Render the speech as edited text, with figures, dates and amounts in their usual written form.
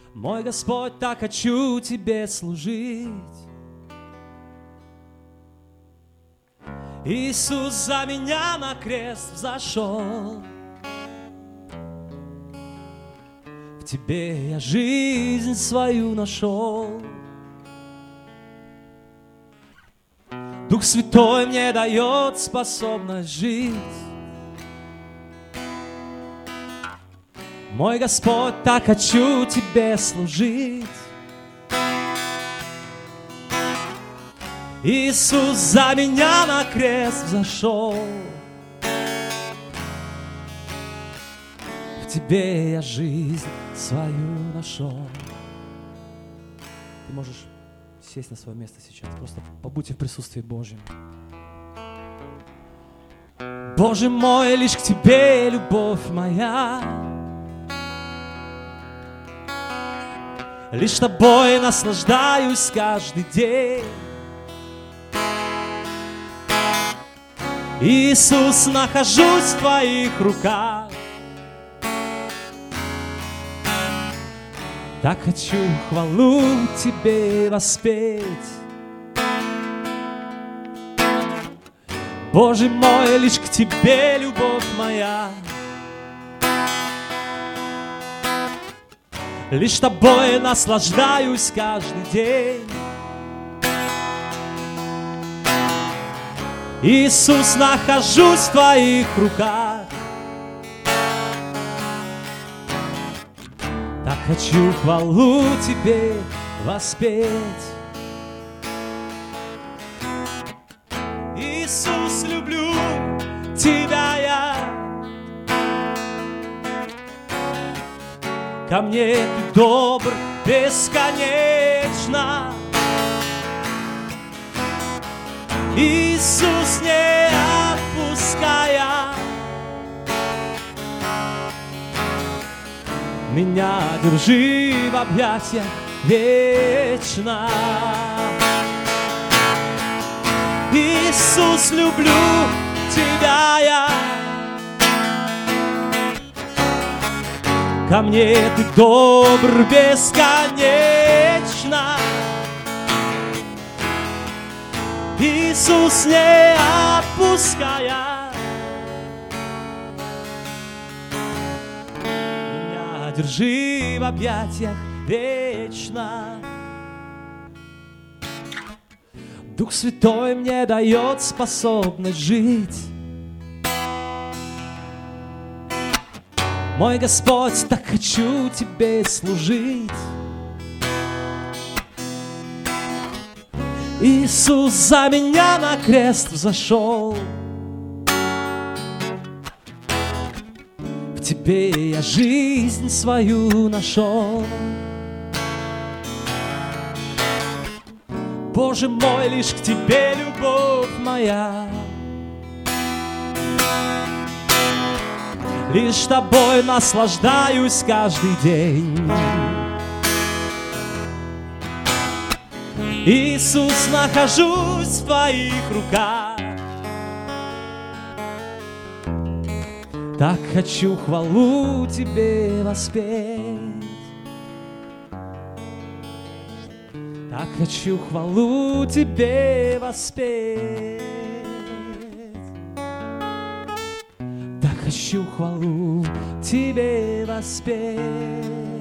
Мой Господь, так хочу Тебе служить. Иисус за меня на крест взошел. В Тебе я жизнь свою нашел. Дух Святой мне дает способность жить. Мой Господь, так хочу Тебе служить. Иисус за меня на крест взошел. В Тебе я жизнь свою нашел. Ты можешь сесть на свое место сейчас. Просто побудьте в присутствии Божьем. Боже мой, лишь к Тебе любовь моя. Лишь Тобой наслаждаюсь каждый день. Иисус, нахожусь в Твоих руках. Так хочу хвалу Тебе воспеть. Боже мой, лишь к Тебе любовь моя. Лишь Тобой наслаждаюсь каждый день. Иисус, нахожусь в Твоих руках. Так хочу хвалу Тебе воспеть. Иисус, люблю Тебя я. Ко мне Ты добр бесконечно. Иисус, не отпуская, меня держи в объятиях вечно. Иисус, люблю Тебя я. Ко мне Ты добр бесконечно. Иисус, не отпуская, меня держи в объятиях вечно. Дух Святой мне дает способность жить. Мой Господь, так хочу Тебе служить. Иисус за меня на крест взошел. В Тебе я жизнь свою нашел. Боже мой, лишь к Тебе любовь моя. Лишь Тобой наслаждаюсь каждый день. Иисус, нахожусь в Твоих руках. Так хочу хвалу Тебе воспеть. Так хочу хвалу Тебе воспеть. Так хочу хвалу Тебе воспеть.